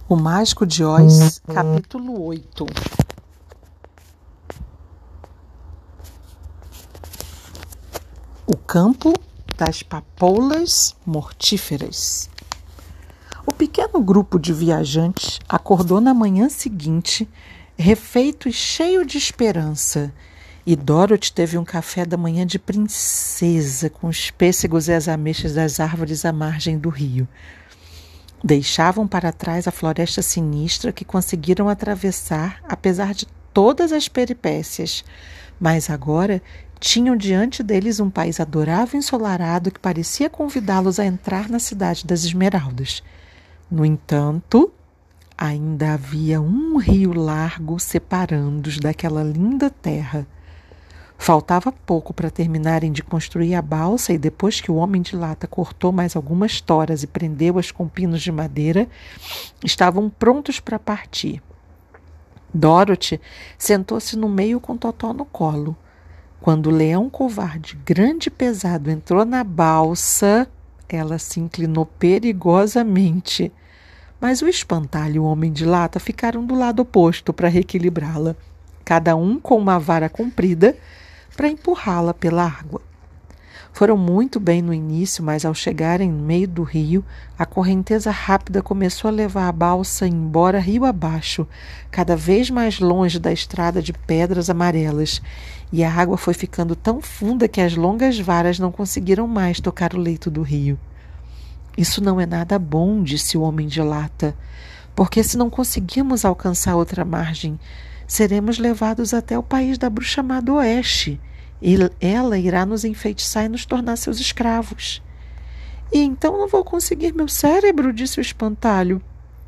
O Mágico de Oz, capítulo 8. O campo das papoulas mortíferas. O pequeno grupo de viajantes acordou na manhã seguinte, refeito e cheio de esperança, e Dorothy teve um café da manhã de princesa com os pêssegos e as ameixas das árvores à margem do rio. Deixavam para trás a floresta sinistra que conseguiram atravessar, apesar de todas as peripécias, mas agora tinham diante deles um país adorável e ensolarado que parecia convidá-los a entrar na cidade das Esmeraldas. No entanto, ainda havia um rio largo separando-os daquela linda terra. Faltava pouco para terminarem de construir a balsa e depois que o homem de lata cortou mais algumas toras e prendeu-as com pinos de madeira, estavam prontos para partir. Dorothy sentou-se no meio com Totó no colo. Quando o leão covarde, grande e pesado, entrou na balsa, ela se inclinou perigosamente. Mas o espantalho e o homem de lata ficaram do lado oposto para reequilibrá-la, cada um com uma vara comprida para empurrá-la pela água. Foram muito bem no início, mas ao chegarem no meio do rio, a correnteza rápida começou a levar a balsa embora rio abaixo, cada vez mais longe da estrada de pedras amarelas, e a água foi ficando tão funda que as longas varas não conseguiram mais tocar o leito do rio. Isso não é nada bom, disse o homem de lata, porque se não conseguirmos alcançar outra margem, seremos levados até o país da bruxa má do oeste. E ela irá nos enfeitiçar e nos tornar seus escravos. E então não vou conseguir meu cérebro, disse o espantalho.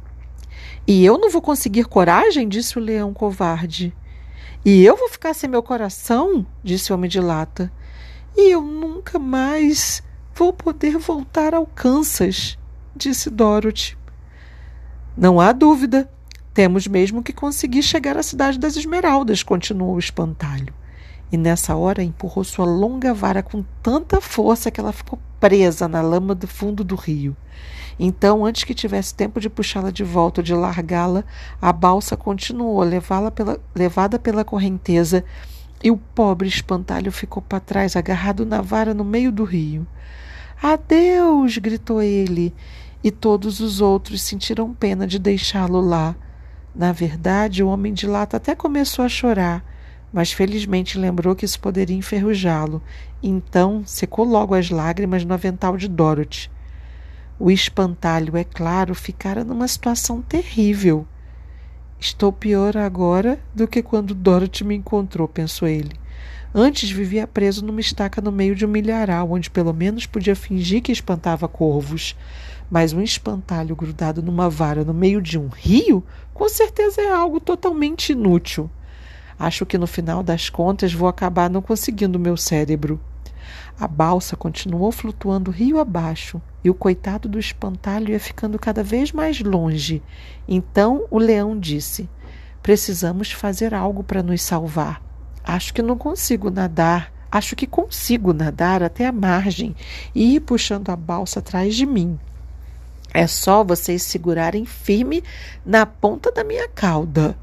E eu não vou conseguir coragem, disse o leão covarde. E eu vou ficar sem meu coração, disse o homem de lata. E eu nunca mais vou poder voltar ao Kansas, disse Dorothy. Não há dúvida, temos mesmo que conseguir chegar à cidade das Esmeraldas, continuou o espantalho. E nessa hora empurrou sua longa vara com tanta força que ela ficou presa na lama do fundo do rio. Então, antes que tivesse tempo de puxá-la de volta ou de largá-la, a balsa continuou levada pela correnteza e o pobre espantalho ficou para trás, agarrado na vara no meio do rio. Adeus! Gritou ele, e todos os outros sentiram pena de deixá-lo lá. Na verdade, o homem de lata até começou a chorar, mas felizmente lembrou que isso poderia enferrujá-lo. Então secou logo as lágrimas no avental de Dorothy. O espantalho, é claro, ficara numa situação terrível. Estou pior agora do que quando Dorothy me encontrou, pensou ele. Antes vivia preso numa estaca no meio de um milharal, onde pelo menos podia fingir que espantava corvos. Mas um espantalho grudado numa vara no meio de um rio, com certeza é algo totalmente inútil. Acho que no final das contas vou acabar não conseguindo meu cérebro. A balsa continuou flutuando rio abaixo e o coitado do espantalho ia ficando cada vez mais longe. Então o leão disse: precisamos fazer algo para nos salvar. Acho que consigo nadar até a margem e ir puxando a balsa atrás de mim. É só vocês segurarem firme na ponta da minha cauda.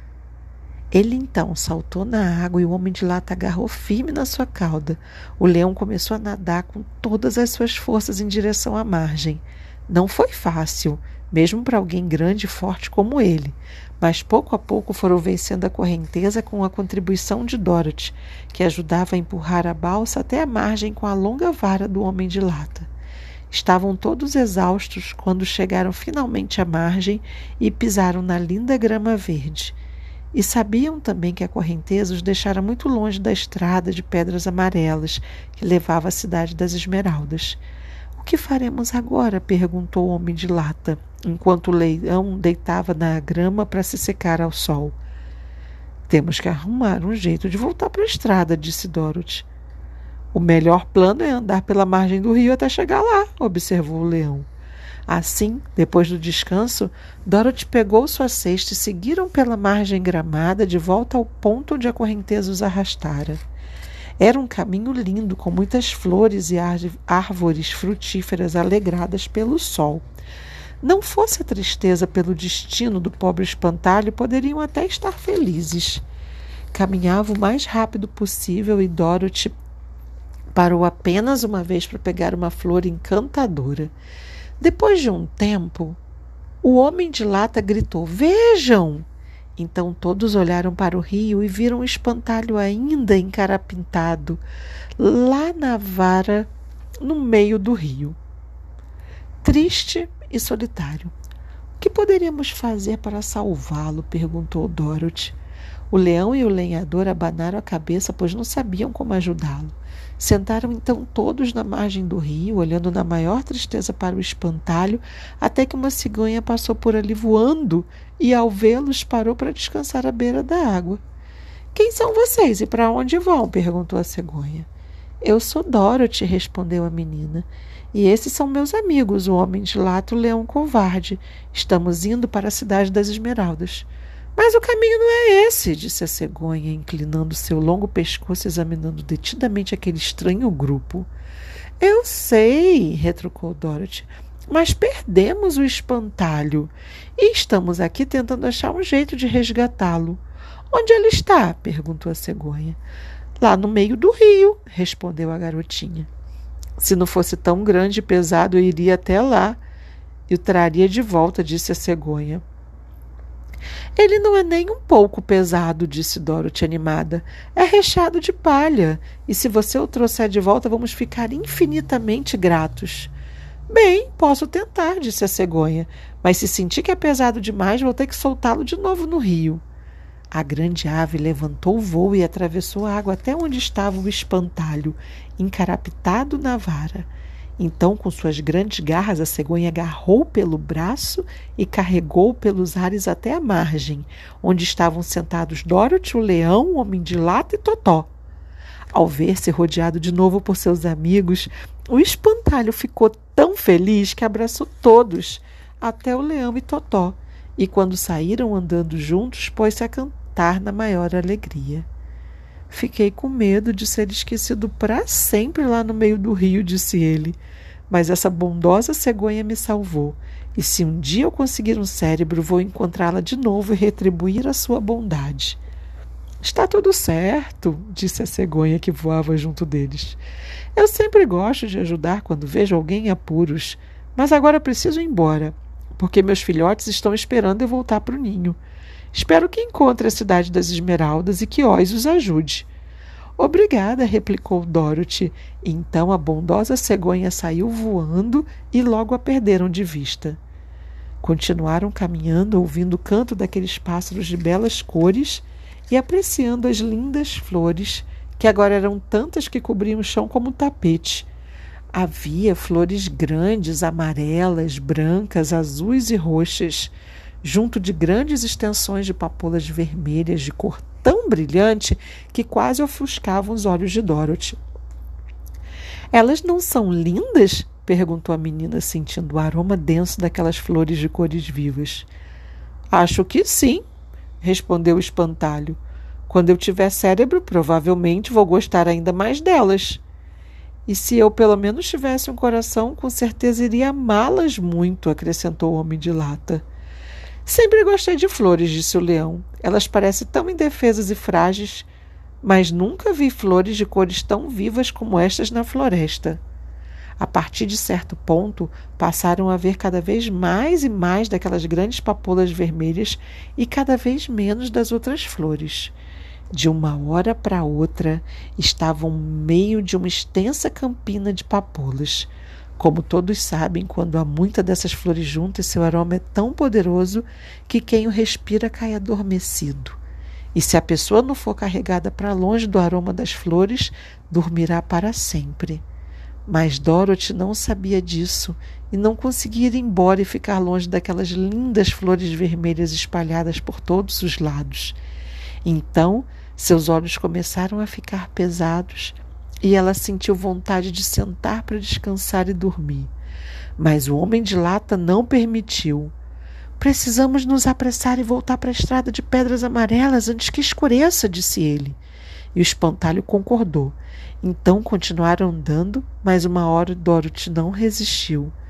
Ele então saltou na água e o homem de lata agarrou firme na sua cauda. O leão começou a nadar com todas as suas forças em direção à margem. Não foi fácil, mesmo para alguém grande e forte como ele, mas pouco a pouco foram vencendo a correnteza com a contribuição de Dorothy, que ajudava a empurrar a balsa até a margem com a longa vara do homem de lata. Estavam todos exaustos quando chegaram finalmente à margem e pisaram na linda grama verde. E sabiam também que a correnteza os deixara muito longe da estrada de pedras amarelas que levava à cidade das Esmeraldas. O que faremos agora? Perguntou o homem de lata, enquanto o leão deitava na grama para se secar ao sol. Temos que arrumar um jeito de voltar para a estrada, disse Dorothy. O melhor plano é andar pela margem do rio até chegar lá, observou o leão. Assim, depois do descanso, Dorothy pegou sua cesta e seguiram pela margem gramada de volta ao ponto onde a correnteza os arrastara. Era um caminho lindo, com muitas flores e árvores frutíferas alegradas pelo sol. Não fosse a tristeza pelo destino do pobre espantalho, poderiam até estar felizes. Caminhava o mais rápido possível e Dorothy parou apenas uma vez para pegar uma flor encantadora. Depois de um tempo, o homem de lata gritou: "Vejam!" Então todos olharam para o rio e viram o espantalho ainda encarapintado, lá na vara, no meio do rio. Triste e solitário. "O que poderíamos fazer para salvá-lo?" perguntou Dorothy. O leão e o lenhador abanaram a cabeça, pois não sabiam como ajudá-lo. Sentaram então todos na margem do rio, olhando na maior tristeza para o espantalho, até que uma ciganha passou por ali voando e, ao vê-los, parou para descansar à beira da água. "Quem são vocês e para onde vão?" perguntou a cegonha. "Eu sou Dorothy", respondeu a menina. "E esses são meus amigos, o homem de lata e o leão covarde. Estamos indo para a cidade das Esmeraldas." "Mas o caminho não é esse", disse a cegonha, inclinando seu longo pescoço, examinando detidamente aquele estranho grupo. "Eu sei", retrucou Dorothy, "mas perdemos o espantalho e estamos aqui tentando achar um jeito de resgatá-lo." "Onde ele está?" perguntou a cegonha. "Lá no meio do rio", respondeu a garotinha. "Se não fosse tão grande e pesado, eu iria até lá e o traria de volta", disse a cegonha. "Ele não é nem um pouco pesado", disse Dorothy animada. "É recheado de palha, e se você o trouxer de volta, vamos ficar infinitamente gratos." "Bem, posso tentar", disse a cegonha, "mas se sentir que é pesado demais, vou ter que soltá-lo de novo no rio." A grande ave levantou o voo e atravessou a água até onde estava o espantalho, encarapitado na vara. Então, com suas grandes garras, a cegonha agarrou pelo braço e carregou pelos ares até a margem, onde estavam sentados Dorothy, o leão, o homem de lata e Totó. Ao ver-se rodeado de novo por seus amigos, o espantalho ficou tão feliz que abraçou todos, até o leão e Totó, e quando saíram andando juntos, pôs-se a cantar na maior alegria. "Fiquei com medo de ser esquecido para sempre lá no meio do rio", disse ele. "Mas essa bondosa cegonha me salvou. E se um dia eu conseguir um cérebro, vou encontrá-la de novo e retribuir a sua bondade." "Está tudo certo", disse a cegonha que voava junto deles. "Eu sempre gosto de ajudar quando vejo alguém em apuros, mas agora preciso ir embora, porque meus filhotes estão esperando eu voltar para o ninho. Espero que encontre a cidade das Esmeraldas e que Oz os ajude." "Obrigada", replicou Dorothy. Então a bondosa cegonha saiu voando e logo a perderam de vista. Continuaram caminhando, ouvindo o canto daqueles pássaros de belas cores e apreciando as lindas flores, que agora eram tantas que cobriam o chão como um tapete. Havia flores grandes, amarelas, brancas, azuis e roxas, junto de grandes extensões de papoulas vermelhas de cor tão brilhante que quase ofuscavam os olhos de Dorothy. "Elas não são lindas?" perguntou a menina, sentindo o aroma denso daquelas flores de cores vivas. "Acho que sim", respondeu o espantalho. "Quando eu tiver cérebro, provavelmente vou gostar ainda mais delas. E se eu pelo menos tivesse um coração, com certeza iria amá-las muito", acrescentou o homem de lata. "Sempre gostei de flores", disse o leão. "Elas parecem tão indefesas e frágeis, mas nunca vi flores de cores tão vivas como estas na floresta." A partir de certo ponto, passaram a ver cada vez mais e mais daquelas grandes papoulas vermelhas e cada vez menos das outras flores. De uma hora para outra, estavam no meio de uma extensa campina de papoulas. Como todos sabem, quando há muitas dessas flores juntas, seu aroma é tão poderoso que quem o respira cai adormecido. E se a pessoa não for carregada para longe do aroma das flores, dormirá para sempre. Mas Dorothy não sabia disso e não conseguia ir embora e ficar longe daquelas lindas flores vermelhas espalhadas por todos os lados. Então, seus olhos começaram a ficar pesados e ela sentiu vontade de sentar para descansar e dormir. Mas o homem de lata não permitiu. "Precisamos nos apressar e voltar para a estrada de pedras amarelas antes que escureça", disse ele. E o espantalho concordou. Então continuaram andando, mas uma hora Dorothy não resistiu.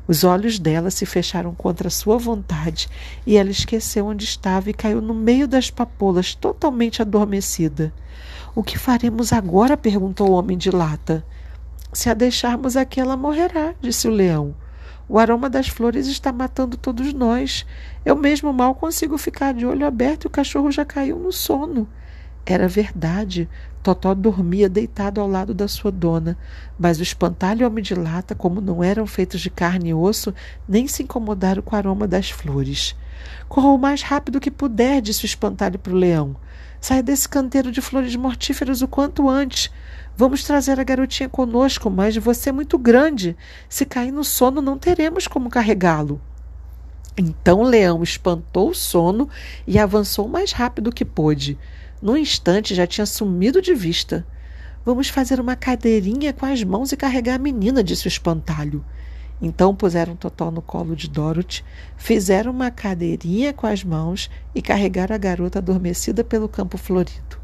Os olhos dela se fecharam contra sua vontade e ela esqueceu onde estava e caiu no meio das papoulas, totalmente adormecida. O que faremos agora? Perguntou o homem de lata. Se a deixarmos aqui, ela morrerá, disse o leão. O aroma das flores está matando todos nós. Eu mesmo mal consigo ficar de olho aberto e o cachorro já caiu no sono. Era verdade. Totó dormia deitado ao lado da sua dona, mas o espantalho e o homem de lata, como não eram feitos de carne e osso, nem se incomodaram com o aroma das flores. Corra o mais rápido que puder, disse o espantalho para o leão. Saia desse canteiro de flores mortíferas o quanto antes. Vamos trazer a garotinha conosco, mas você é muito grande. Se cair no sono, não teremos como carregá-lo. Então o leão espantou o sono e avançou o mais rápido que pôde. Num instante já tinha sumido de vista. Vamos fazer uma cadeirinha com as mãos e carregar a menina, disse o espantalho. Então puseram Totó no colo de Dorothy, fizeram uma cadeirinha com as mãos e carregaram a garota adormecida pelo campo florido.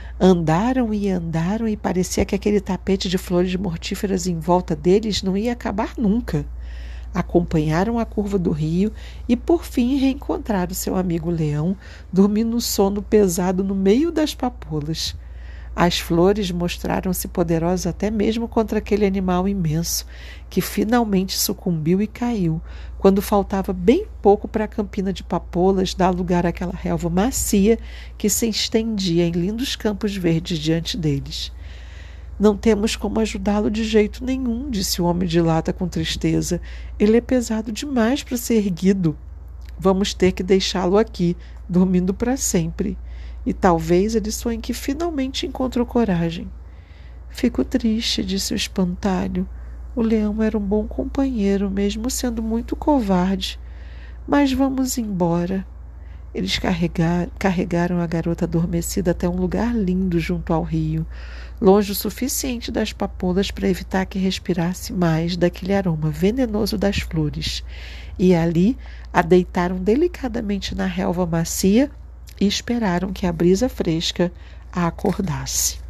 Andaram e parecia que aquele tapete de flores mortíferas em volta deles não ia acabar nunca. Acompanharam a curva do rio e, por fim, reencontraram seu amigo leão, dormindo um sono pesado no meio das papoulas. As flores mostraram-se poderosas até mesmo contra aquele animal imenso, que finalmente sucumbiu e caiu, quando faltava bem pouco para a campina de papoulas dar lugar àquela relva macia que se estendia em lindos campos verdes diante deles. Não temos como ajudá-lo de jeito nenhum, disse o homem de lata com tristeza. Ele é pesado demais para ser erguido. Vamos ter que deixá-lo aqui, dormindo para sempre. E talvez ele sonhe que finalmente encontrou coragem. Fico triste, disse o espantalho. O leão era um bom companheiro, mesmo sendo muito covarde. Mas vamos embora. Eles carregaram a garota adormecida até um lugar lindo junto ao rio, longe o suficiente das papoulas para evitar que respirasse mais daquele aroma venenoso das flores. E ali a deitaram delicadamente na relva macia e esperaram que a brisa fresca a acordasse.